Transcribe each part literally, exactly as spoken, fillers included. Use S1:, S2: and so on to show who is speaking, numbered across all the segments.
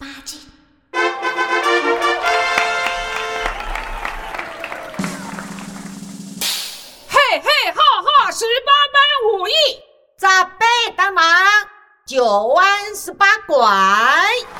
S1: 八禁。
S2: 嘿嘿哈哈，十八般武艺，
S1: 十八当郎，九弯十八拐。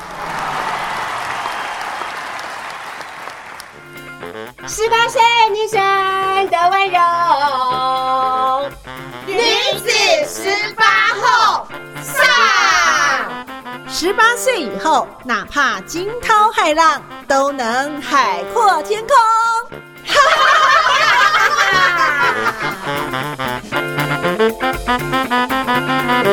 S3: 十八岁女生的温柔，
S1: 女子十八后上。
S4: 十八岁以后，哪怕惊涛骇浪，都能海阔天空。哈哈哈哈哈！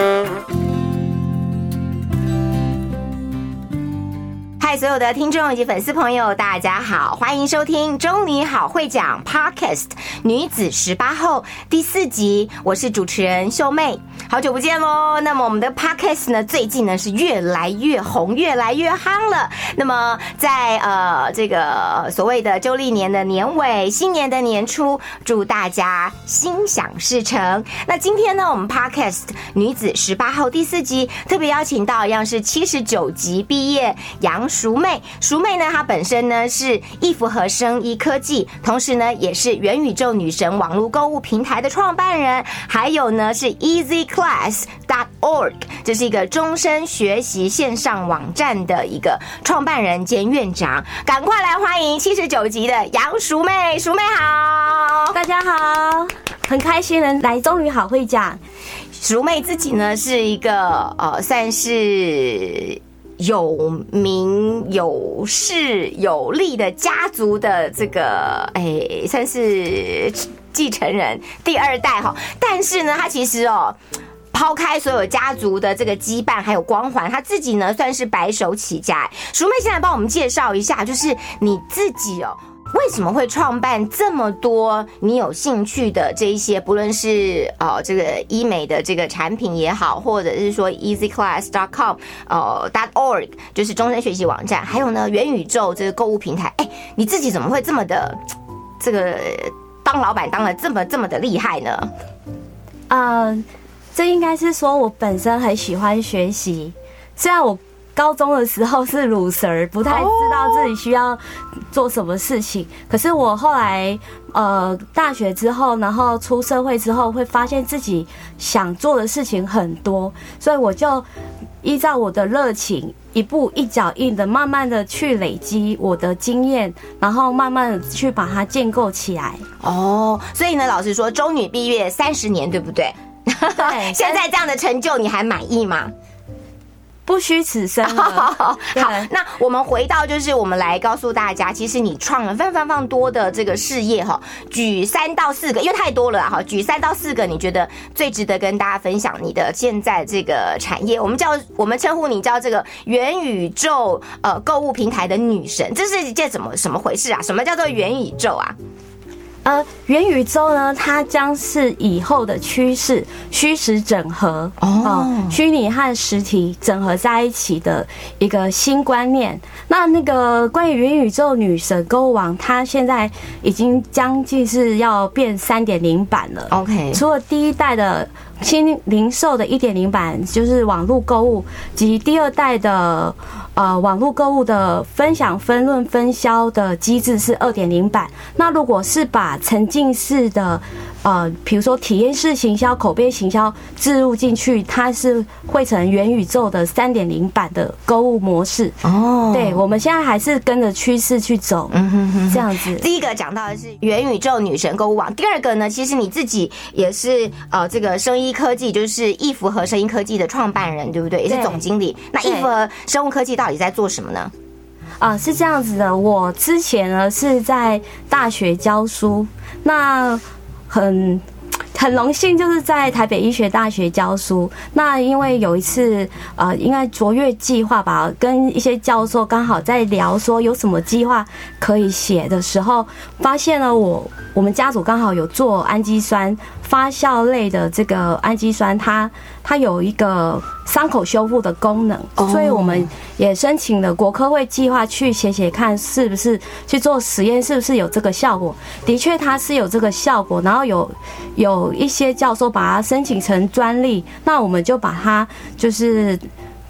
S3: 嗨，所有的听众以及粉丝朋友，大家好，欢迎收听中女好会讲 Podcast 女子十八后第四集，我是主持人秀妹，好久不见喽。那么我们的 Podcast 呢，最近呢是越来越红，越来越夯了。那么在呃这个所谓的旧历年的年尾，新年的年初，祝大家心想事成。那今天呢，我们 Podcast 女子十八后第四集特别邀请到一样是七十九级毕业杨淑妹，淑妹呢，她本身呢是易福和生医科技，同时呢也是元宇宙女神网络购物平台的创办人，还有呢是 easy class dot org， 这是一个终身学习线上网站的一个创办人兼院长。赶快来欢迎七十九级的杨淑妹，淑妹好，
S5: 大家好，很开心能来中女好会讲。
S3: 淑妹自己呢是一个呃算是有名有势有力的家族的这个哎，算是继承人第二代哈，但是呢，他其实哦，抛开所有家族的这个羁绊还有光环，他自己呢算是白手起家。淑妹现在帮我们介绍一下，就是你自己哦。为什么会创办这么多你有兴趣的这一些，不论是呃这个医美的这个产品也好，或者是说 easy class dot com 呃 dot org 就是终身学习网站，还有呢元宇宙这个购物平台，哎，你自己怎么会这么的这个当老板当得这么这么的厉害呢？
S5: 呃，这应该是说我本身很喜欢学习，虽然我高中的时候是鲁蛇，不太知道自己需要做什么事情。可是我后来呃大学之后，然后出社会之后，会发现自己想做的事情很多，所以我就依照我的热情，一步一脚印的，慢慢的去累积我的经验，然后慢慢的去把它建构起来。
S3: 哦，所以呢，老实说，中女毕业三十年，对不对？
S5: 对，
S3: 现在这样的成就，你还满意吗？
S5: 不虚此生了。
S3: 好，那我们回到就是我们来告诉大家，其实你创了非常非常多的这个事业哈，举三到四个，因为太多了哈，举三到四个，你觉得最值得跟大家分享你的现在这个产业？我们叫我们称呼你叫这个元宇宙呃购物平台的女神，这是一件怎么什么回事啊？什么叫做元宇宙啊？
S5: 呃，元宇宙呢，它将是以后的趋势，虚实整合哦，虚拟和实体整合在一起的一个新观念。那那个关于元宇宙女神购物网，它现在已经将近是要变 三点零 版了。
S3: OK，
S5: 除了第一代的新零售的 一点零 版，就是网络购物，及第二代的呃网络购物的分享、分论、分销的机制是 二点零 版。那如果是把沉浸式的呃，比如说体验式行销、口碑行销置入进去，它是会成元宇宙的 三点零 版的购物模式。哦，对，我们现在还是跟着趋势去走，嗯哼哼，这样子。
S3: 第一个讲到的是元宇宙女神购物网，第二个呢，其实你自己也是呃这个生医科技，就是易福和生医科技的创办人，对不对？也是总经理。那易福和生物科技到底在做什么呢？
S5: 啊、呃，是这样子的，我之前呢是在大学教书，那很很荣幸就是在台北医学大学教书。那因为有一次呃，应该卓越计划吧，跟一些教授刚好在聊说有什么计划可以写的时候，发现了我我们家族刚好有做氨基酸发酵类的这个氨基酸，它它有一个伤口修复的功能，所以我们也申请了国科会计划去写写看是不是去做实验，是不是有这个效果。的确它是有这个效果，然后有有一些教授把它申请成专利，那我们就把它就是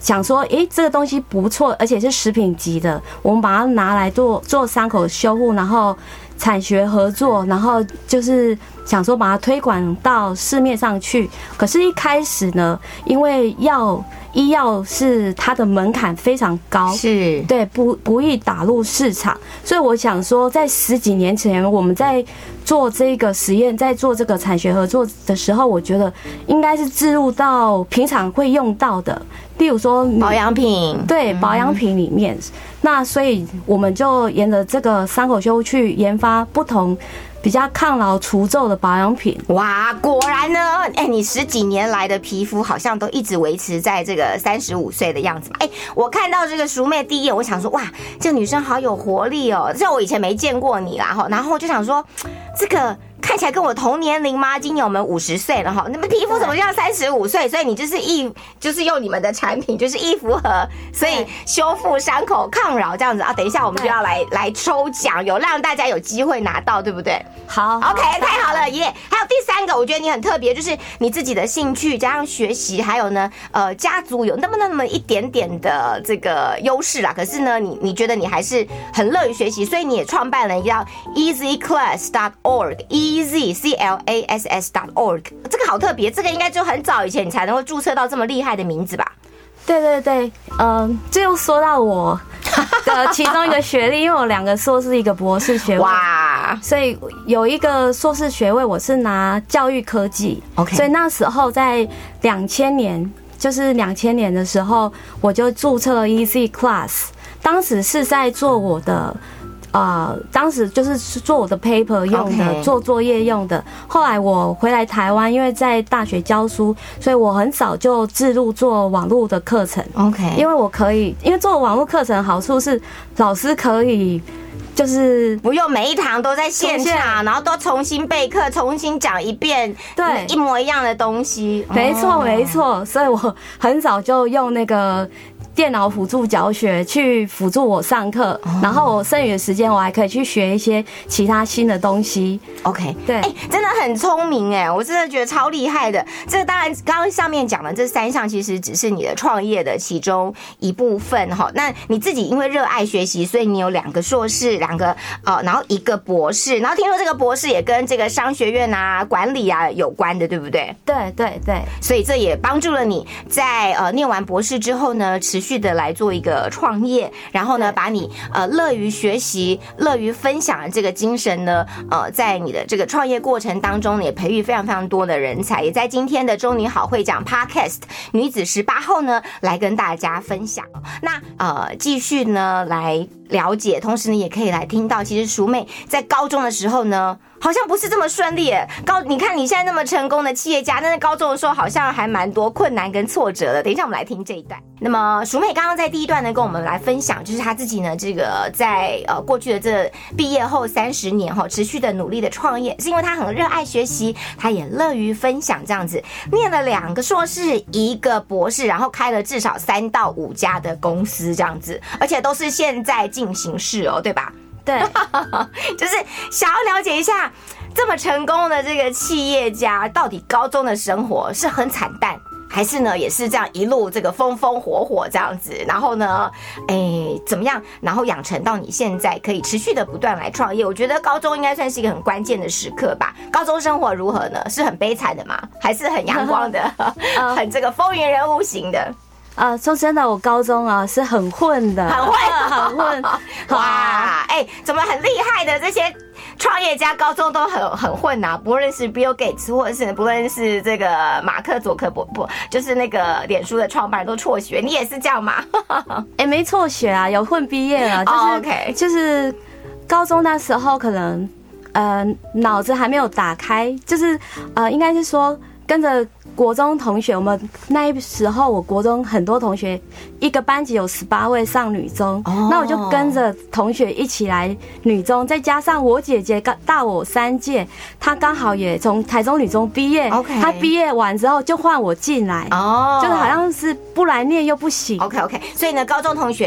S5: 想说，诶，这个东西不错，而且是食品级的，我们把它拿来做做伤口修护，然后产学合作，然后就是想说把它推广到市面上去。可是，一开始呢，因为药医药是它的门槛非常高，
S3: 是
S5: 对不不易打入市场，所以我想说，在十几年前我们在做这个实验，在做这个产学合作的时候，我觉得应该是置入到平常会用到的，例如说
S3: 保养品，
S5: 对保养品里面。那所以我们就沿着这个伤口修去研发不同比较抗老除皱的保养品。
S3: 哇，果然呢，哎，你十几年来的皮肤好像都一直维持在这个三十五岁的样子嘛。哎，我看到这个淑妹第一眼，我想说，哇，这女生好有活力哦。虽然我以前没见过你啦哈，然后我就想说，这个看起来跟我同年龄吗？今年我们五十岁了哈，你们皮肤怎么像三十五岁？所以你就是一就是用你们的产品，就是一符合，所以修复伤口、抗扰这样子啊。等一下我们就要来来抽奖，有让大家有机会拿到，对不对？
S5: 好
S3: ，OK， 太好了耶！ Yeah. 还有第三个，我觉得你很特别，就是你自己的兴趣加上学习，还有呢，呃，家族有那么那么一点点的这个优势啦。可是呢，你你觉得你还是很乐于学习，所以你也创办了一个叫 easy class dot org。Easy C L A S S dot org， 这个好特别，这个应该就很早以前你才能够注册到这么厉害的名字吧？
S5: 对对对，嗯、呃，这又说到我的其中一个学历，因为我两个硕士一个博士学位，哇，所以有一个硕士学位我是拿教育科技 ，OK， 所以那时候在两千年，就是两千年的时候，我就注册了 Easy Class， 当时是在做我的。呃，当时就是做我的 paper 用的，
S3: Okay.
S5: 做作业用的。后来我回来台湾，因为在大学教书，所以我很早就置入做网络的课程。
S3: OK，
S5: 因为我可以，因为做网络课程的好处是，老师可以就是
S3: 不用每一堂都在现场，然后都重新备课，重新讲一遍，
S5: 对，
S3: 一模一样的东西。
S5: 没错，没错。所以我很早就用那个。电脑辅助教学去辅助我上课，然后我剩余的时间我还可以去学一些其他新的东西。
S3: OK，
S5: 对，
S3: 哎、欸，真的很聪明哎，我真的觉得超厉害的。这个当然，刚刚上面讲的这三项其实只是你的创业的其中一部分哈。那你自己因为热爱学习，所以你有两个硕士，两个呃，然后一个博士，然后听说这个博士也跟这个商学院啊、管理啊有关的，对不对？
S5: 对对对，
S3: 所以这也帮助了你在呃念完博士之后呢，持续的来做一个创业，然后呢，把你呃乐于学习、乐于分享的这个精神呢，呃，在你的这个创业过程当中呢，也培育非常非常多的人才，也在今天的中女好会讲 Podcast 女子十八后呢，来跟大家分享。那呃，继续呢来了解，同时呢，也可以来听到，其实淑妹在高中的时候呢。好像不是这么顺利耶。高，你看你现在那么成功的企业家，但是高中的时候好像还蛮多困难跟挫折的。等一下我们来听这一段。那么淑妹刚刚在第一段呢，跟我们来分享，就是她自己呢，这个在呃过去的这毕业后三十年哈，持续的努力的创业，是因为她很热爱学习，她也乐于分享，这样子念了两个硕士，一个博士，然后开了至少三到五家的公司，这样子，而且都是现在进行式哦，对吧？
S5: 对，
S3: 就是想要了解一下这么成功的这个企业家，到底高中的生活是很惨淡，还是呢也是这样一路这个风风火火这样子？然后呢，哎，怎么样？然后养成到你现在可以持续的不断来创业。我觉得高中应该算是一个很关键的时刻吧。高中生活如何呢？是很悲惨的吗？还是很阳光的，很这个风云人物型的？
S5: 呃，说真的，我高中啊是很混的，
S3: 很混，
S5: 很混。
S3: 哇，哎、欸，怎么很厉害的这些创业家，高中都很很混呐、啊？不论是 Bill Gates， 或者是不论是这个马克佐克伯不，就是那个脸书的创办人都辍学，你也是这样吗？
S5: 哎、欸，没辍学啊，有混毕业了，就是、oh, okay. 就是高中那时候可能呃脑子还没有打开，就是呃应该是说跟着。国中同学，我们那时候我国中很多同学，一个班级有十八位上女中，哦、那我就跟着同学一起来女中，再加上我姐姐大我三届，她刚好也从台中女中毕业， okay. 她毕业完之后就换我进来，哦，就是好像是不来念又不行。
S3: OK OK， 所以呢，高中同学一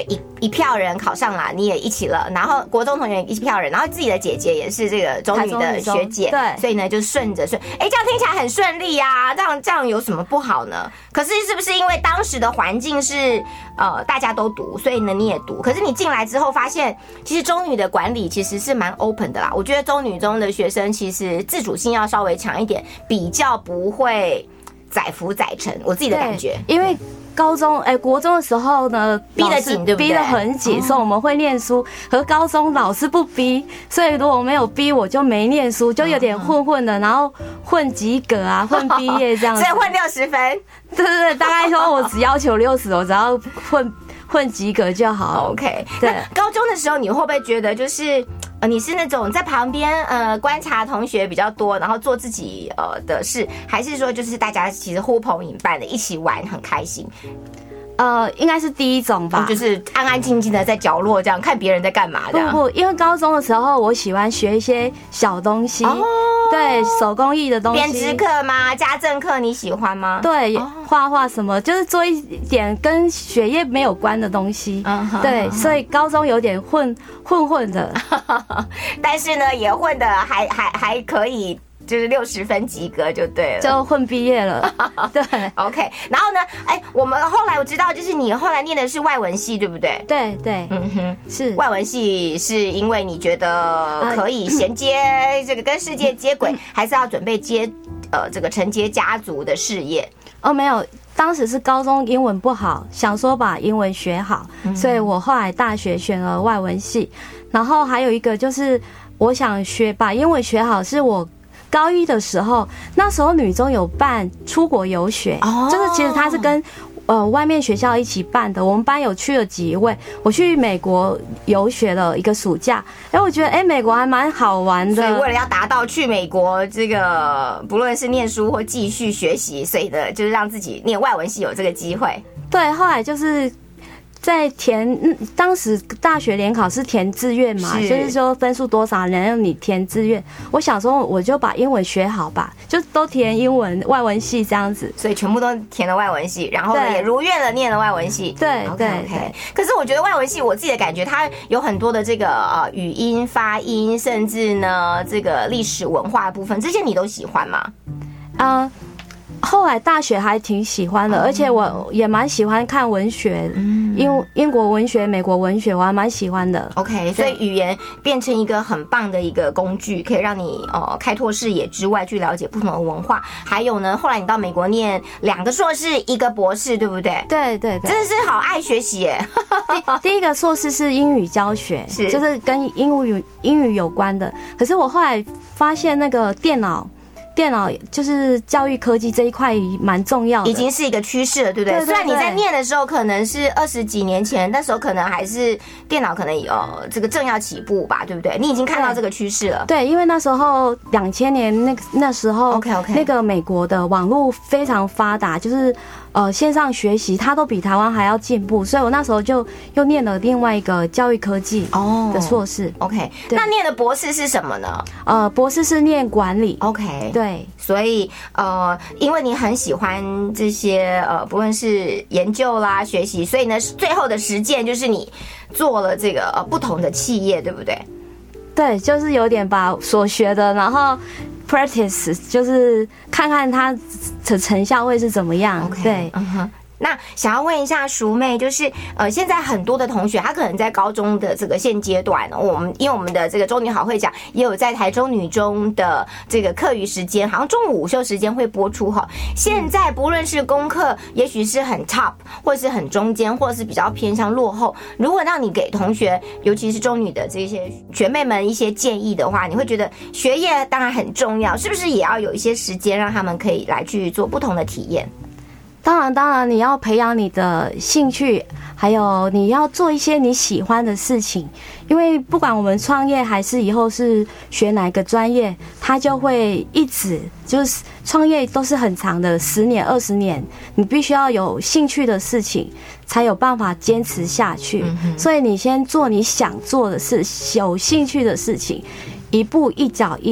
S3: 一票人考上了，你也一起了，然后国中同学一票人，然后自己的姐姐也是这个中女的学姐，
S5: 对，
S3: 所以呢就顺着顺，哎，这样听起来很顺利啊，这样这样有什么不好呢？可是是不是因为当时的环境是呃大家都读，所以呢你也读，可是你进来之后发现，其实中女的管理其实是蛮 open 的啦。我觉得中女中的学生其实自主性要稍微强一点，比较不会载浮载沉，我自己的感觉，
S5: 因为。高中哎、欸，国中的时候呢，
S3: 逼得紧，对不对？
S5: 逼得很紧，所以我们会念书。和高中老师不逼，所以如果没有逼，我就没念书，就有点混混的，然后混及格啊，混毕业这样子。
S3: 所以混六十分，
S5: 对对对，大概说我只要求六十，我只要混混及格就好。
S3: OK， 对。高中的时候，你会不会觉得就是？呃，你是那种在旁边呃观察同学比较多，然后做自己呃的事，还是说就是大家其实呼朋引伴的一起玩很开心？
S5: 呃，应该是第一种吧，
S3: 哦、就是安安静静的在角落这样看别人在干嘛这样。
S5: 不不，因为高中的时候我喜欢学一些小东西，哦、对手工艺的东西。
S3: 编织课吗？家政课你喜欢吗？
S5: 对，画画、哦、什么，就是做一点跟学业没有关的东西。嗯、对，所以高中有点混混混的，
S3: 但是呢，也混的还还还可以。就是六十分及格就对了，
S5: 就混毕业了。对
S3: ，OK。然后呢，哎，我们后来我知道，就是你后来念的是外文系，对不对？
S5: 对对，
S3: 嗯哼，是外文系，是因为你觉得可以衔接这个跟世界接轨，还是要准备接呃这个承接家族的事业？
S5: 哦，没有。当时是高中英文不好，想说把英文学好，所以我后来大学选了外文系。然后还有一个就是我想学把英文学好，是我。高一的时候，那时候女中有办出国游学，哦、就是其实它是跟呃外面学校一起办的。我们班有去了几位，我去美国游学了一个暑假，哎，我觉得哎美国还蛮好玩的。
S3: 所以为了要达到去美国这个不论是念书或继续学习，所以的就是让自己念外文系有这个机会。
S5: 对，后来就是。在填，嗯，当时大学联考是填志愿嘛，是就是说分数多少能让你填志愿。我想说，我就把英文学好吧，就都填英文外文系这样子，
S3: 所以全部都填了外文系，然后呢也如愿了念了外文系。
S5: 对
S3: ，OK
S5: 对
S3: OK。可是我觉得外文系我自己的感觉，它有很多的这个呃语音、发音，甚至呢这个历史文化的部分，这些你都喜欢吗？
S5: 啊、uh,。后来大学还挺喜欢的，而且我也蛮喜欢看文学，英英国文学、美国文学，我还蛮喜欢的。
S3: OK， 所以语言变成一个很棒的一个工具，可以让你呃开拓视野之外，去了解不同的文化。还有呢，后来你到美国念两个硕士，一个博士，对不对？
S5: 对对对，
S3: 真的是好爱学习耶。
S5: 第第一个硕士是英语教学，是就是跟英语英语有关的。可是我后来发现那个电脑。电脑就是教育科技这一块蛮重要的，
S3: 已经是一个趋势了，对不对？对对对，虽然你在念的时候可能是二十几年前，那时候可能还是电脑可能有这个正要起步吧，对不对？你已经看到这个趋势了。
S5: 对，因为那时候两千年那那时候
S3: ，OK OK，
S5: 那个美国的网络非常发达，就是呃线上学习，它都比台湾还要进步，所以我那时候就又念了另外一个教育科技的硕士。
S3: Oh, OK， 那念的博士是什么呢？
S5: 呃，博士是念管理。
S3: OK，
S5: 对。
S3: 对，所以呃，因为你很喜欢这些呃，不论是研究啦、学习，所以呢，最后的实践就是你做了这个呃不同的企业，对不对？
S5: 对，就是有点把所学的，然后 practice， 就是看看它的成效会是怎么样。Okay, 对，嗯哼。
S3: 那想要问一下淑妹，就是呃，现在很多的同学，他可能在高中的这个现阶段，我们因为我们的这个中女好会讲，也有在台中女中的这个课余时间，好像中午午休时间会播出哈。现在不论是功课，也许是很 top， 或是很中间，或是比较偏向落后。如果让你给同学，尤其是中女的这些学妹们一些建议的话，你会觉得学业当然很重要，是不是也要有一些时间让他们可以来去做不同的体验？
S5: 当然，当然，你要培养你的兴趣，还有你要做一些你喜欢的事情。因为不管我们创业还是以后是学哪个专业，它就会一直就是创业都是很长的，十年、二十年，你必须要有兴趣的事情，才有办法坚持下去。嗯、所以你先做你想做的事，有兴趣的事情，一步一脚印。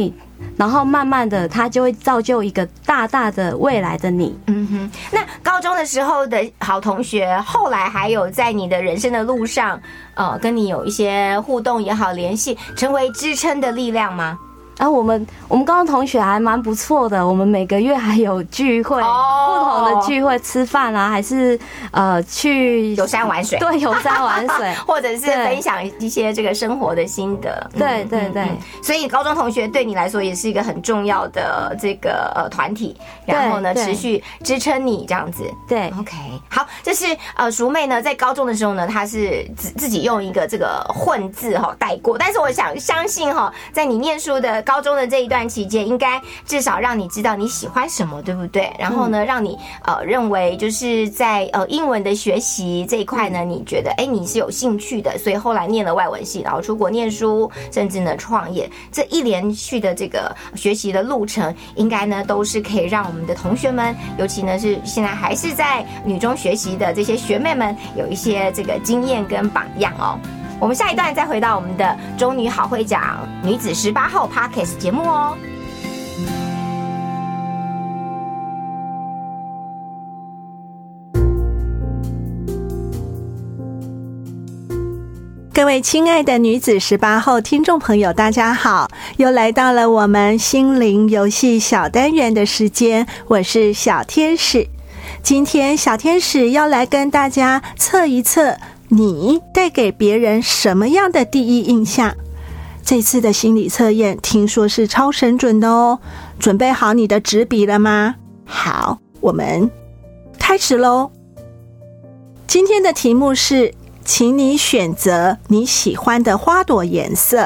S5: 然后慢慢的它就会造就一个大大的未来的你。
S3: 嗯哼，那高中的时候的好同学，后来还有在你的人生的路上，呃，跟你有一些互动也好，联系，成为支撑的力量吗？
S5: 啊，我们我们高中同学还蛮不错的，我们每个月还有聚会，
S3: 哦、
S5: 不同的聚会，吃饭啊，还是呃去
S3: 游山玩水，
S5: 对，游山玩水，
S3: 或者是分享一些这个生活的心得。
S5: 对对对、嗯嗯，
S3: 所以高中同学对你来说也是一个很重要的这个呃团体，然后呢持续支撑你这样子。
S5: 对
S3: ，OK， 好，这是呃淑妹呢在高中的时候呢，她是自自己用一个这个混字哈带过，但是我想相信哈，在你念书的高中的这一段期间，应该至少让你知道你喜欢什么，对不对？然后呢，嗯、让你呃认为就是在呃英文的学习这一块呢，你觉得哎你是有兴趣的，所以后来念了外文系，然后出国念书，甚至呢创业，这一连续的这个学习的路程，应该呢都是可以让我们的同学们，尤其呢是现在还是在女中学习的这些学妹们，有一些这个经验跟榜样哦。我们下一段再回到我们的中女好会讲女子十八号 Podcast 节目哦。
S4: 各位亲爱的女子十八后听众朋友，大家好，又来到了我们心灵游戏小单元的时间，我是小天使。今天小天使要来跟大家测一测你带给别人什么样的第一印象？这次的心理测验听说是超神准的哦，准备好你的纸笔了吗？好，我们开始咯。今天的题目是，请你选择你喜欢的花朵颜色。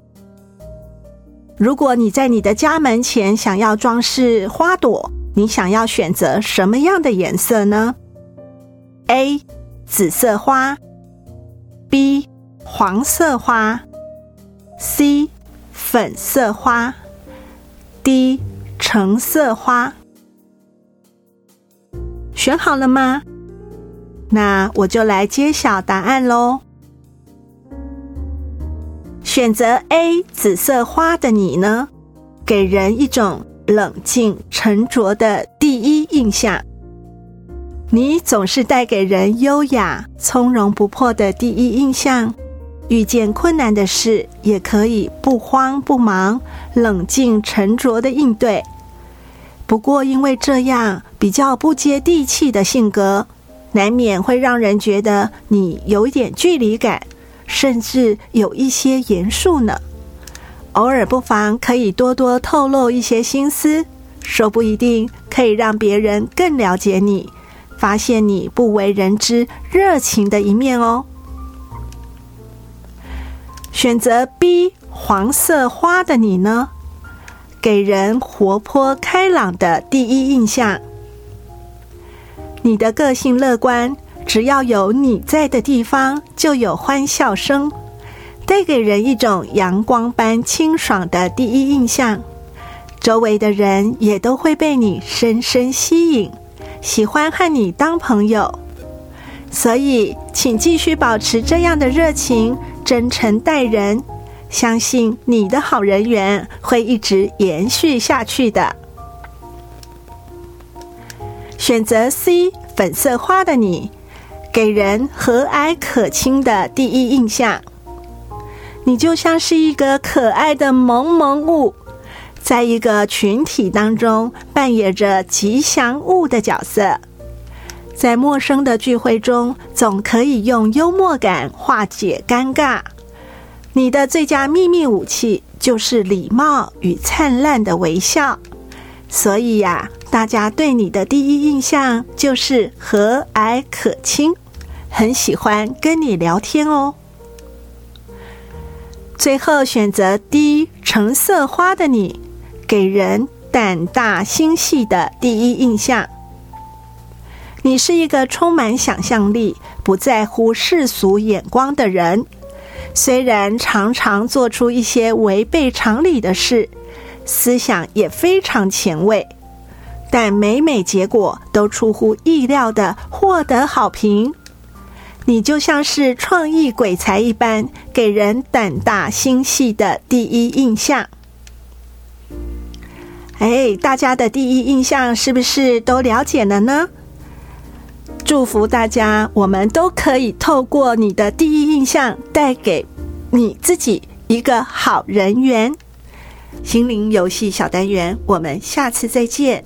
S4: 如果你在你的家门前想要装饰花朵，你想要选择什么样的颜色呢？ A. 紫色花， B. 黄色花， C. 粉色花， D. 橙色花。选好了吗？那我就来揭晓答案咯。选择 A 紫色花的你呢，给人一种冷静沉着的第一印象。你总是带给人优雅从容不迫的第一印象，遇见困难的事也可以不慌不忙，冷静沉着的应对。不过因为这样比较不接地气的性格，难免会让人觉得你有一点距离感，甚至有一些严肃呢。偶尔不妨可以多多透露一些心思，说不一定可以让别人更了解你，发现你不为人知热情的一面哦。选择 B 黄色花的你呢，给人活泼开朗的第一印象。你的个性乐观，只要有你在的地方就有欢笑声，带给人一种阳光般清爽的第一印象。周围的人也都会被你深深吸引，喜欢和你当朋友。所以请继续保持这样的热情，真诚待人，相信你的好人缘会一直延续下去的。选择 C 粉色花的你，给人和蔼可亲的第一印象。你就像是一个可爱的萌萌物，在一个群体当中扮演着吉祥物的角色，在陌生的聚会中总可以用幽默感化解尴尬。你的最佳秘密武器就是礼貌与灿烂的微笑，所以呀、啊，大家对你的第一印象就是和蔼可亲，很喜欢跟你聊天哦。最后选择 D 橙色花的你，给人胆大心细的第一印象。你是一个充满想象力，不在乎世俗眼光的人，虽然常常做出一些违背常理的事，思想也非常前卫，但每每结果都出乎意料的获得好评。你就像是创意鬼才一般，给人胆大心细的第一印象。 哎，大家的第一印象是不是都了解了呢？祝福大家，我们都可以透过你的第一印象，带给你自己一个好人缘。心灵游戏小单元，我们下次再见。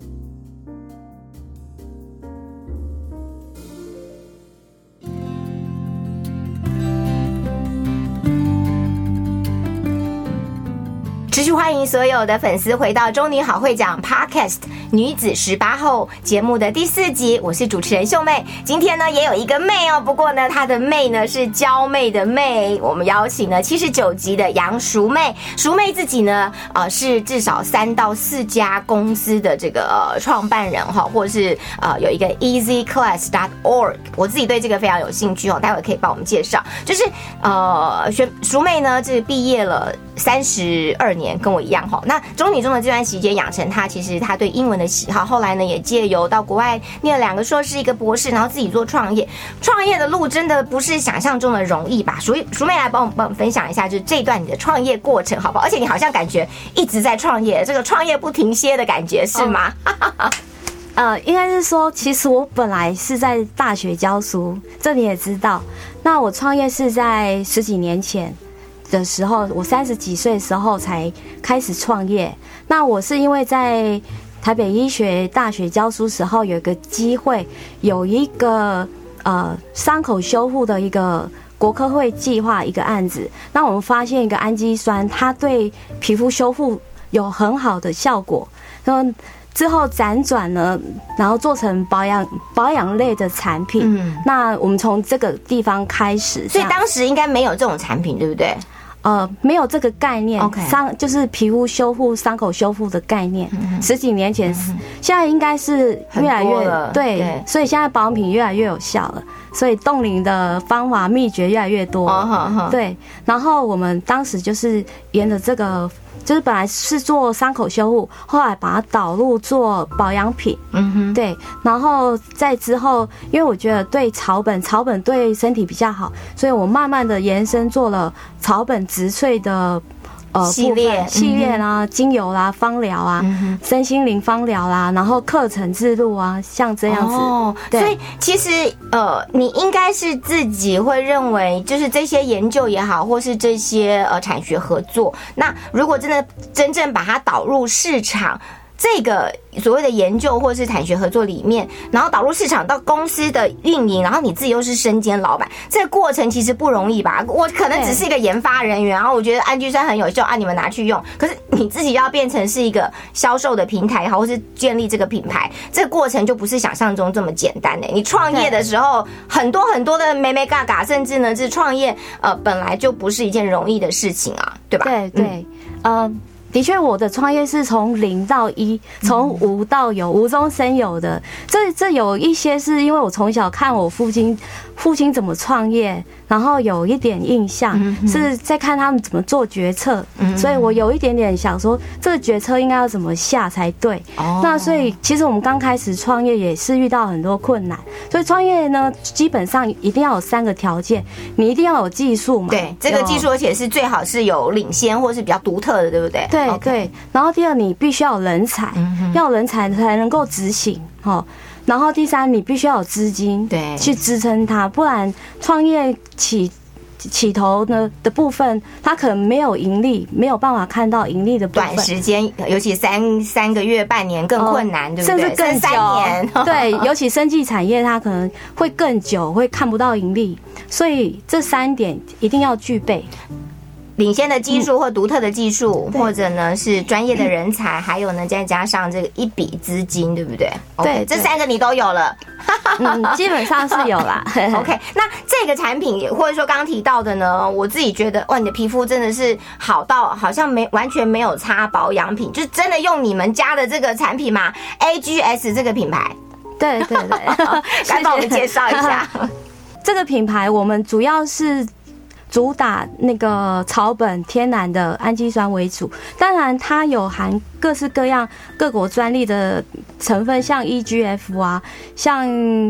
S3: 持续欢迎所有的粉丝回到中女好会讲 Podcast 女子十八后节目的第四集，我是主持人秀妹。今天呢也有一个妹哦，不过呢她的妹呢是娇妹的妹。我们邀请了七十九集的杨淑妹，淑妹自己呢呃是至少三到四家公司的这个呃创办人哈，或者是呃有一个 easy class dot org， 我自己对这个非常有兴趣哦，待会可以帮我们介绍。就是呃学淑妹呢这毕业了三十二年，跟我一样哈。那中女中的这段时间养成她其实她对英文的喜好，后来呢也借由到国外念了两个硕士一个博士，然后自己做创业。创业的路真的不是想象中的容易吧？所以淑妹来帮我们帮我们分享一下，就是这段你的创业过程好不好？而且你好像感觉一直在创业，这个创业不停歇的感觉是吗？哦
S5: 呃，应该是说，其实我本来是在大学教书，这你也知道。那我创业是在十几年前的时候，我三十几岁的时候才开始创业。那我是因为在台北医学大学教书时候，有一个机会，有一个呃伤口修复的一个国科会计划一个案子。那我们发现一个氨基酸，它对皮肤修复有很好的效果。那之后辗转呢，然后做成保养保养类的产品。嗯，那我们从这个地方开始，
S3: 所以当时应该没有这种产品，对不对？
S5: 呃，没有这个概念。
S3: Okay.
S5: 伤就是皮肤修复、伤口修复的概念。嗯、十几年前、嗯，现在应该是越来越对, 对，所以现在保养品越来越有效了。所以冻龄的方法秘诀越来越多。Oh, 对，然后我们当时就是沿着这个。就是本来是做伤口修复，后来把它导入做保养品，嗯哼，对，然后在之后，因为我觉得对草本，草本对身体比较好，所以我慢慢的延伸做了草本植萃的。呃，
S3: 系列
S5: 系列啦、嗯，精油啦，芳疗啊，嗯、身心灵芳疗啦，然后课程制度啊，像这样子。哦，
S3: 所以其实呃，你应该是自己会认为，就是这些研究也好，或是这些呃产学合作，那如果真的真正把它导入市场。这个所谓的研究或是产学合作里面，然后导入市场到公司的运营，然后你自己又是身兼老板，这个过程其实不容易吧？我可能只是一个研发人员，然后我觉得氨基酸很有效啊，你们拿去用。可是你自己要变成是一个销售的平台也好，或是建立这个品牌，这个过程就不是想象中这么简单的。你创业的时候，很多很多的眉眉嘎嘎，甚至呢，是创业呃本来就不是一件容易的事情啊，对吧？
S5: 对对，嗯。呃的确，我的创业是从零到一，从无到有，无中生有的。这这有一些是因为我从小看我父亲，父亲怎么创业，然后有一点印象，是在看他们怎么做决策，所以我有一点点想说，这个决策应该要怎么下才对。那所以其实我们刚开始创业也是遇到很多困难，所以创业呢，基本上一定要有三个条件，你一定要有技术嘛，
S3: 对，这个技术而且是最好是有领先或是比较独特的，对不对？
S5: 对。Okay. 对，然后第二，你必须要有人才，嗯、要有人才才能够执行，哈。然后第三，你必须要有资金，对，去支撑它，不然创业起起头呢的部分，它可能没有盈利，没有办法看到盈利的部分。
S3: 短时间，尤其三三个月、半年更困难，哦、对不对？
S5: 甚至更久。三年，对，尤其生技产业，它可能会更久，会看不到盈利，所以这三点一定要具备。
S3: 领先的技术或独特的技术，嗯、或者呢是专业的人才，还有呢再加上这个一笔资金，对不对？对， okay, 这三个你都有了，
S5: 嗯，基本上是有啦。
S3: OK， 那这个产品或者说刚刚提到的呢，我自己觉得哇，你的皮肤真的是好到好像没完全没有擦保养品，就是真的用你们家的这个产品嘛 ，A G S 这个品牌。
S5: 对对对，
S3: 来帮我们介绍一下
S5: 这个品牌，我们主要是。主打那个草本天然的氨基酸为主，当然它有含各式各样各国专利的成分，像 E G F 啊，像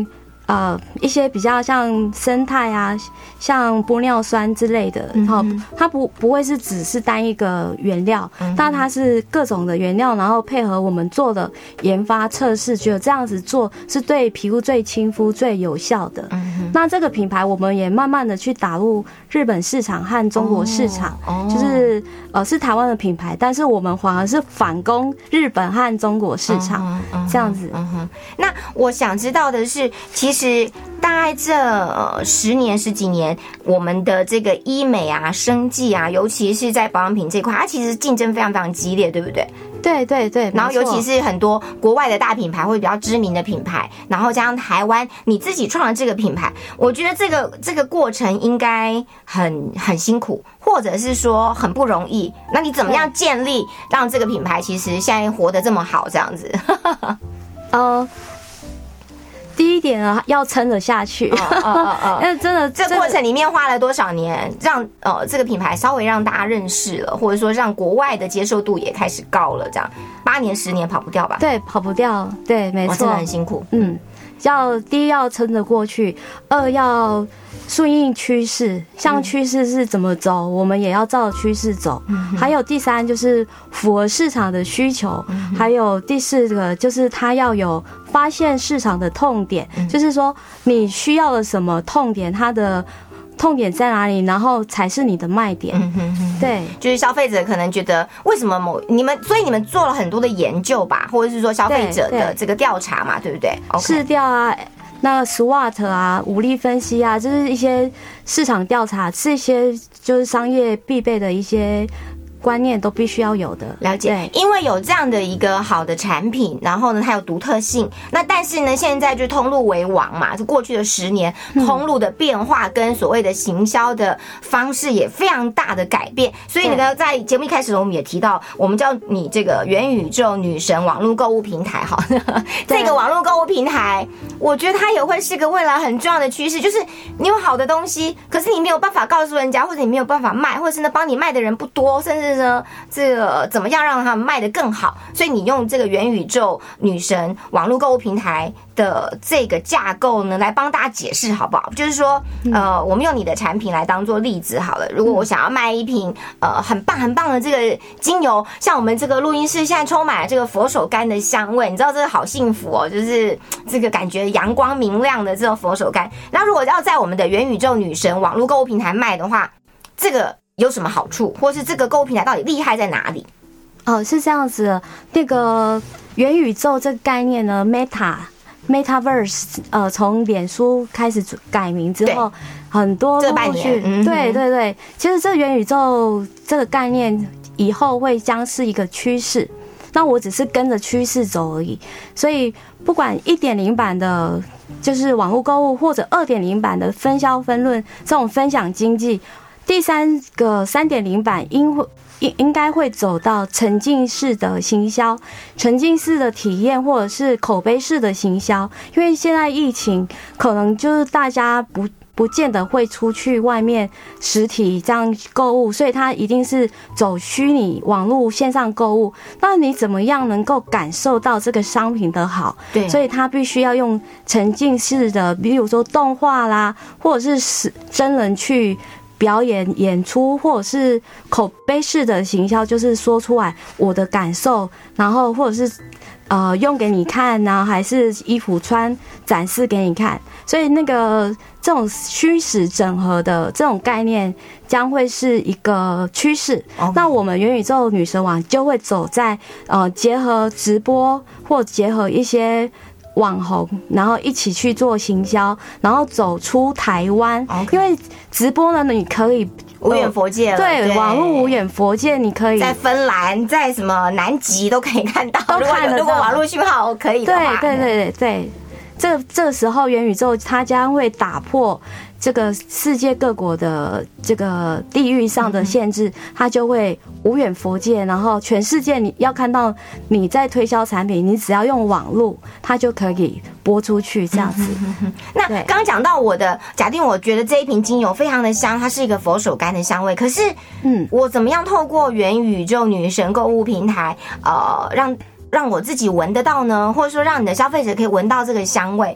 S5: 呃一些比较像生态啊，像玻尿酸之类的，好、嗯，它不不会是只是单一个原料，嗯、但它是各种的原料，然后配合我们做的研发测试，觉得这样子做是对皮肤最亲肤、最有效的。嗯、那这个品牌我们也慢慢的去打入日本市场和中国市场，哦哦、就是呃是台湾的品牌，但是我们反而是反攻日本和中国市场，嗯嗯、这样子。
S3: 嗯哼，那我想知道的是，其实大概这呃十年十几年，我们的这个医美啊、生技啊，尤其是在保养品这块，它其实竞争非常非常激烈，对不对？
S5: 对对对，
S3: 然后尤其是很多国外的大品牌或者比较知名的品牌，然后加上台湾你自己创的这个品牌，我觉得这个这个过程应该很很辛苦，或者是说很不容易。那你怎么样建立让这个品牌其实现在活得这么好这样子？
S5: 呃，第一点呢，要撑得下去。哦哦哦，那真的，
S3: 这过程里面花了多少年，让呃这个品牌稍微让大家认识了，或者说让国外的接受度也开始高了，这样八年十年跑不掉吧？
S5: 对，跑不掉，对，没错，
S3: 真的很辛苦。
S5: 嗯，要第一要撑得过去，二要顺应趋势，像趋势是怎么走，我们也要照趋势走。还有第三就是符合市场的需求，还有第四个就是它要有发现市场的痛点，就是说你需要的什么痛点，它的痛点在哪里，然后才是你的卖点。嗯哼哼，对，
S3: 就是消费者可能觉得为什么某你们，所以你们做了很多的研究吧，或者是说消费者的这个调查嘛， 对, 对不对？
S5: 市调啊。那 SWOT 啊，武力分析啊，就是一些市场调查，这些就是商业必备的一些观念都必须要有的。
S3: 了解，因为有这样的一个好的产品，然后呢它有独特性，那但是呢现在就通路为王嘛，就过去的十年通路的变化跟所谓的行销的方式也非常大的改变，所以呢在节目一开始我们也提到，我们叫你这个元宇宙女神网络购物平台，好，这个网络购物平台我觉得它也会是个未来很重要的趋势，就是你有好的东西，可是你没有办法告诉人家，或者你没有办法卖，或者是呢帮你卖的人不多，甚至呢这个怎么样让他们卖得更好，所以你用这个元宇宙女神网络购物平台的这个架构呢来帮大家解释好不好？就是说呃我们用你的产品来当做例子好了，如果我想要卖一瓶呃很棒很棒的这个精油，像我们这个录音室现在充满了这个佛手柑的香味，你知道这个好幸福哦，就是这个感觉阳光明亮的这种佛手柑，那如果要在我们的元宇宙女神网络购物平台卖的话，这个有什么好处，或是这个购物平台到底厉害在哪里？
S5: 哦，是这样子的，那个元宇宙这个概念呢 ，Meta Metaverse， 呃，从脸书开始改名之后，很多陆续，嗯、对对对，其实这元宇宙这个概念以后会将是一个趋势，那我只是跟着趋势走而已，所以不管 一点零 版的，就是网络购物，或者 二点零 版的分销分论这种分享经济。第三个 三点零 版应会应应该会走到沉浸式的行销，沉浸式的体验，或者是口碑式的行销。因为现在疫情，可能就是大家不不见得会出去外面实体这样购物，所以它一定是走虚拟网络线上购物。那你怎么样能够感受到这个商品的好？对，所以它必须要用沉浸式的，比如说动画啦，或者是真人去表演演出，或者是口碑式的行销，就是说出来我的感受，然后或者是呃用给你看，然后还是衣服穿展示给你看，所以那个这种虚实整合的这种概念将会是一个趋势。Oh. 那我们元宇宙女神网就会走在呃结合直播或结合一些网红，然后一起去做行销，然后走出台湾。Okay. 因为直播呢，你可以
S3: 无远佛界了，
S5: 对，网络无远佛界，你可以
S3: 在芬兰，在什么南极都可以看到，
S5: 都看得到。
S3: 如果网络讯号可以的话，
S5: 对对对对对，这这个时候元宇宙它将会打破这个世界各国的这个地域上的限制，它就会无远佛界，然后全世界你要看到你在推销产品，你只要用网络，它就可以播出去这样子。
S3: 那刚刚讲到我的假定，我觉得这一瓶精油非常的香，它是一个佛手柑的香味，可是嗯，我怎么样透过元宇宙女神购物平台，呃，让让我自己闻得到呢？或者说让你的消费者可以闻到这个香味？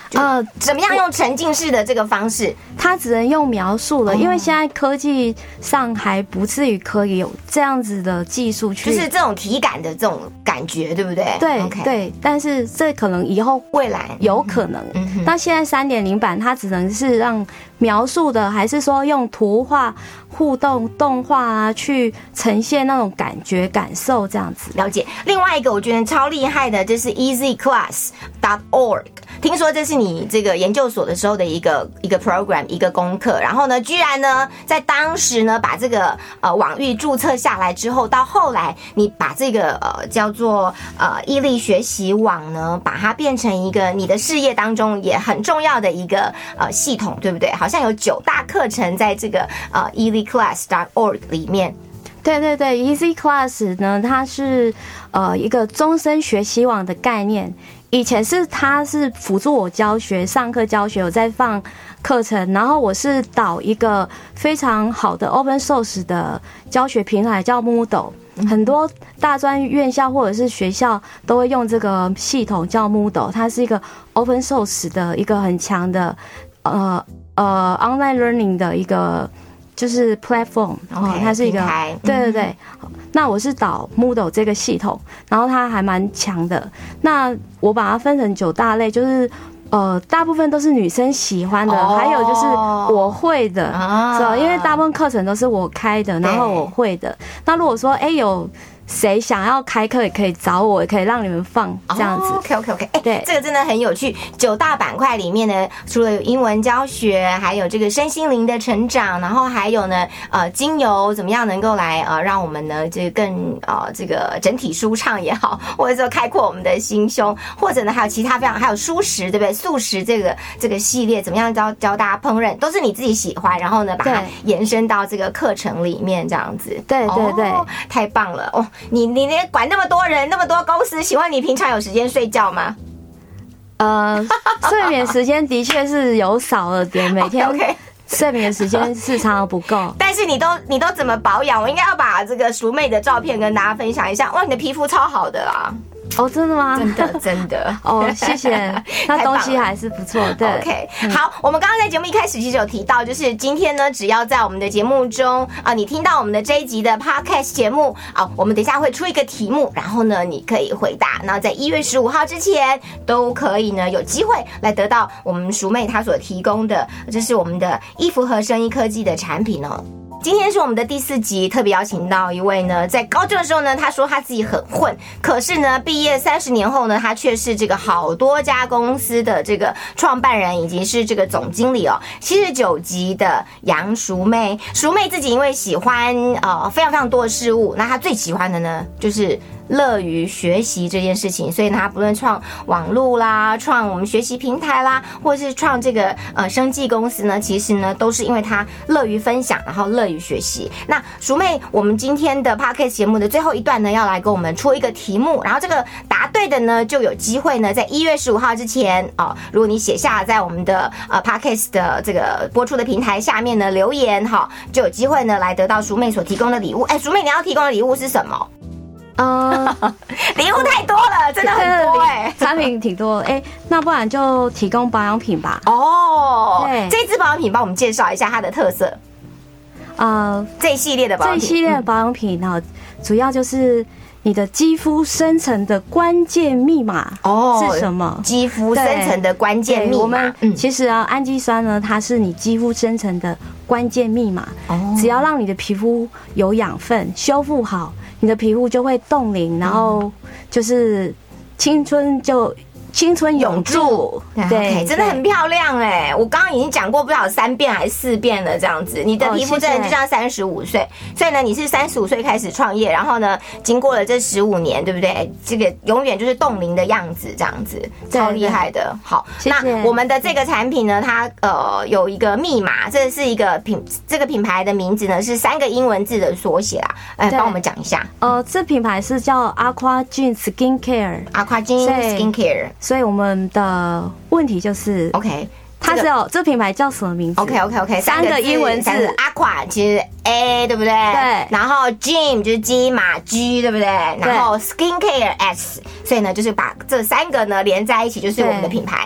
S3: 呃，怎么样用沉浸式的这个方式？
S5: 它只能用描述了，因为现在科技上还不至于可以有这样子的技术去，
S3: 就是这种体感的这种感觉，对不对？
S5: 对
S3: okay
S5: 对，但是这可能以后
S3: 未来
S5: 有可能。
S3: 嗯、
S5: 那现在 三点零 版它只能是让描述的，还是说用图画、互动、动画啊去呈现那种感觉、感受这样子。
S3: 了解。另外一个我觉得超厉害的，就是 easy class dot org。听说这是你这个研究所的时候的一个一个 program 一个功课，然后呢，居然呢在当时呢把这个呃网域注册下来之后，到后来你把这个呃叫做呃毅力学习网呢，把它变成一个你的事业当中也很重要的一个呃系统，对不对？好像有九大课程在这个呃 easy class dot org 里面。
S5: 对对对 ，Easy Class 呢，它是呃一个终身学习网的概念。以前是它是辅助我教学、上课教学，我在放课程，然后我是导一个非常好的 Open Source 的教学平台，叫 Moodle。很多大专院校或者是学校都会用这个系统叫 Moodle， 它是一个 Open Source 的一个很强的呃呃 Online Learning 的一个。就是 platform， 哦，它是一个，对对对。那我是导 Moodle 这个系统，然后它还蛮强的。那我把它分成九大类，就是呃，大部分都是女生喜欢的，哦、还有就是我会的，是吧？因为大部分课程都是我开的，然后我会的。那如果说哎、欸、有。谁想要开课也可以找我，也可以让你们放这样子。
S3: OK OK OK， 哎，对，这个真的很有趣。九大板块里面呢，除了有英文教学，还有这个身心灵的成长，然后还有呢，呃，精油怎么样能够来呃让我们呢这个更呃这个整体舒畅也好，或者说开阔我们的心胸，或者呢还有其他非常还有蔬食，对不对？素食这个这个系列怎么样教教大家烹饪，都是你自己喜欢，然后呢把它延伸到这个课程里面这样子。
S5: 对对对，
S3: 哦、太棒了哦！你你那管那么多人，那么多公司，请问你平常有时间睡觉吗？
S5: 呃，睡眠时间的确是有少了点，每天睡眠时间是常常不够。
S3: 但是你都你都怎么保养？我应该要把这个淑妹的照片跟大家分享一下。哇，你的皮肤超好的啊！
S5: 哦，真的吗？
S3: 真的真的
S5: 哦，谢谢。那东西还是不错，对。
S3: OK， 好，我们刚刚在节目一开始其实有提到，就是今天呢，只要在我们的节目中啊、呃，你听到我们的这一集的 Podcast 节目啊、呃，我们等一下会出一个题目，然后呢，你可以回答，然后在一月十五号之前都可以呢有机会来得到我们淑妹她所提供的，这是我们的衣服和生医科技的产品哦。今天是我们的第四集，特别邀请到一位呢，在高中的时候呢，他说他自己很混，可是呢，毕业三十年后呢，他却是这个好多家公司的这个创办人，以及是这个总经理哦。七十九集的杨淑妹，淑妹自己因为喜欢呃非常非常多的事物，那她最喜欢的呢，就是乐于学习这件事情，所以呢，他不论创网路啦，创我们学习平台啦，或是创这个呃生技公司呢，其实呢，都是因为他乐于分享，然后乐于学习。那淑妹，我们今天的 Podcast 节目的最后一段呢，要来给我们出一个题目，然后这个答对的呢，就有机会呢，在一月十五号之前哦，如果你写下在我们的呃 Podcast 的这个播出的平台下面呢留言哈、哦，就有机会呢来得到淑妹所提供的礼物。哎，淑妹，你要提供的礼物是什么？
S5: 嗯，
S3: 礼物太多了，真的很多哎、欸，
S5: 产品挺多哎、欸，那不然就提供保养品吧。
S3: 哦，
S5: 对，
S3: 这支保养品帮我们介绍一下它的特色。呃，这一系列的保养品，
S5: 这一系列的保养品呢、嗯，主要就是你的肌肤生成的关键密码哦是什么？
S3: 肌肤生成的关键密码。
S5: 我们、嗯、其实啊，氨基酸呢，它是你肌肤生成的关键密码。哦，只要让你的皮肤有养分，修复好，你的皮肤就会冻龄，然后就是青春就。青春永驻，
S3: 对，真的很漂亮哎、欸！我刚刚已经讲过不知道三遍还是四遍了，这样子，你的皮肤真的就像三十五岁，所以呢，你是三十五岁开始创业，然后呢，经过了这十五年，对不对？这个永远就是冻龄的样子，这样子，超厉害的。好，
S5: 谢谢
S3: 那我们的这个产品呢，它呃有一个密码，这是一个品，这个品牌的名字呢是三个英文字的缩写啦，哎，帮我们讲一下。
S5: 呃，这品牌是叫 Aquagene Skin Care，Aquagene
S3: Skin Care。
S5: 所以我们的问题就是
S3: ，OK，
S5: 它是有这品牌叫什么名字
S3: ？OK OK OK，
S5: 三个英文字
S3: ，Aqua 其实 A 对不对？
S5: 对。
S3: 然后 Gene 就是基码 G 对不对？然后 Skin Care S， 所以呢就是把这三个呢连在一起，就是我们的品牌。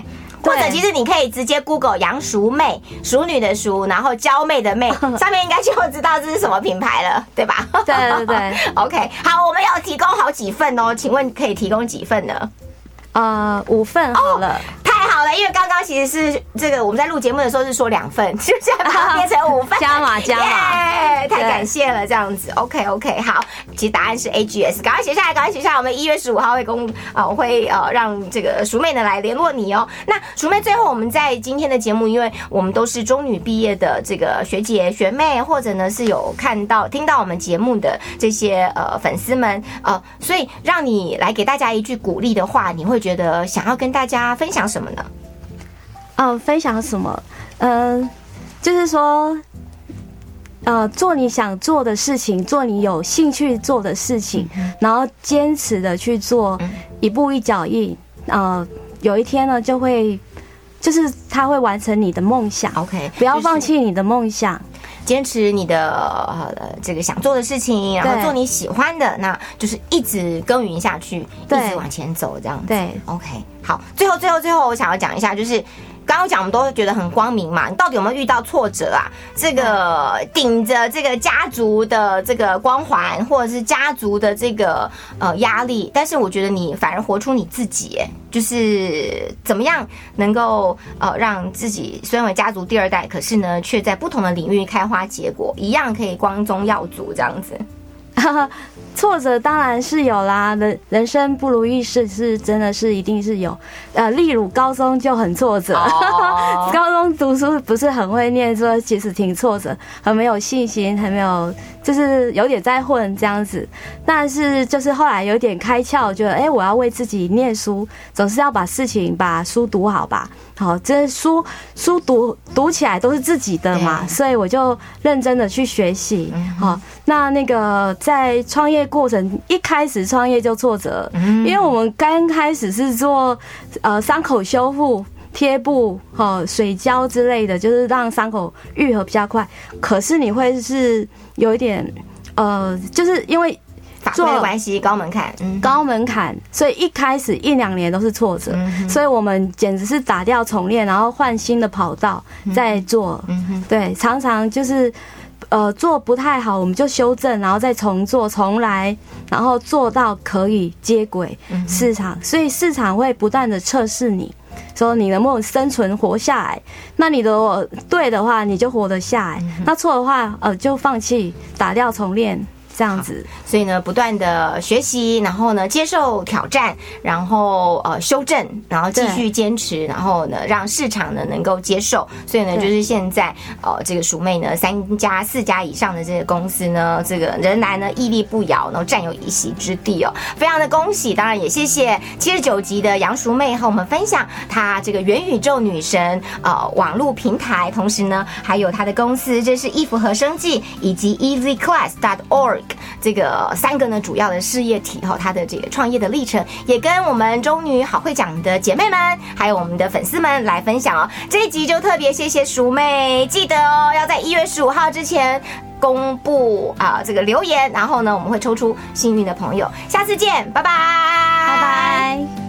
S3: 或者其实你可以直接 Google 杨淑妹，淑女的淑，然后娇妹的妹，上面应该就知道这是什么品牌了，对吧？
S5: 对对对。
S3: OK， 好，我们要提供好几份哦，请问可以提供几份呢？
S5: 呃，五份好了。
S3: 哦，太好了，因为刚刚其实是这个我们在录节目的时候是说两份，就现在把它变成五份，
S5: 加码加码，
S3: yeah, 太感谢了，这样子。OK OK， 好，其实答案是 A G S， 赶快写下来，赶快写下来。我们一月十五号会公呃会呃让这个淑妹呢来联络你哦。那淑妹，最后我们在今天的节目，因为我们都是中女毕业的这个学姐学妹，或者呢是有看到听到我们节目的这些呃粉丝们呃，所以让你来给大家一句鼓励的话，你会觉得想要跟大家分享什么呢？
S5: 嗯，分享什么？嗯、呃，就是说，呃，做你想做的事情，做你有兴趣做的事情，嗯、然后坚持的去做，嗯、一步一脚印，呃，有一天呢，就会，就是他会完成你的梦想。
S3: OK，
S5: 不要放弃你的梦想。
S3: 坚持你的呃这个想做的事情，然后做你喜欢的，那就是一直耕耘下去，一直往前走，这样子。
S5: 对
S3: ，OK， 好，最后最后最后，我想要讲一下，就是刚刚讲我们都觉得很光明嘛，你到底有没有遇到挫折啊？这个顶着这个家族的这个光环，或者是家族的这个呃压力，但是我觉得你反而活出你自己，哎，就是怎么样能够呃让自己虽然为家族第二代，可是呢却在不同的领域开花结果，一样可以光宗耀祖这样子。
S5: 挫折当然是有啦，人人生不如意事是真的是一定是有，呃，例如高中就很挫折， oh. 高中读书不是很会念，说其实挺挫折，很没有信心，很没有，就是有点在混这样子。但是就是后来有点开窍，觉得哎、欸，我要为自己念书，总是要把事情把书读好吧。好，这书书读读起来都是自己的嘛，所以我就认真的去学习。好，那那个在创业过程一开始创业就挫折，因为我们刚开始是做呃伤口修复。贴布、哦水胶之类的，就是让伤口愈合比较快。可是你会是有一点，呃，就是因为
S3: 法规的关系，高门槛，嗯，
S5: 高门槛，所以一开始一两年都是挫折，嗯、所以我们简直是打掉重练，然后换新的跑道再做。嗯、对，常常就是呃做不太好，我们就修正，然后再重做，重来，然后做到可以接轨市场，所以市场会不断的测试你。说你能不能生存活下来？那你的对的话，你就活得下来；那错的话，呃，就放弃，打掉重练。这样子，
S3: 所以呢，不断的学习，然后呢，接受挑战，然后呃修正，然后继续坚持，然后呢，让市场呢能够接受。所以呢，就是现在呃这个淑妹呢，三家、四家以上的这个公司呢，这个仍然呢屹立不摇，然后占有一席之地哦，非常的恭喜！当然也谢谢七十九集的杨淑妹和我们分享她这个元宇宙女神呃网络平台，同时呢，还有她的公司，这是衣服和生计以及 easy class dot org。这个三个呢主要的事业体哈，它的这个创业的历程，也跟我们中女好会讲的姐妹们，还有我们的粉丝们来分享哦。这一集就特别谢谢淑妹，记得哦，要在一月十五号之前公布啊、呃、这个留言，然后呢我们会抽出幸运的朋友。下次见，拜拜，
S5: 拜拜。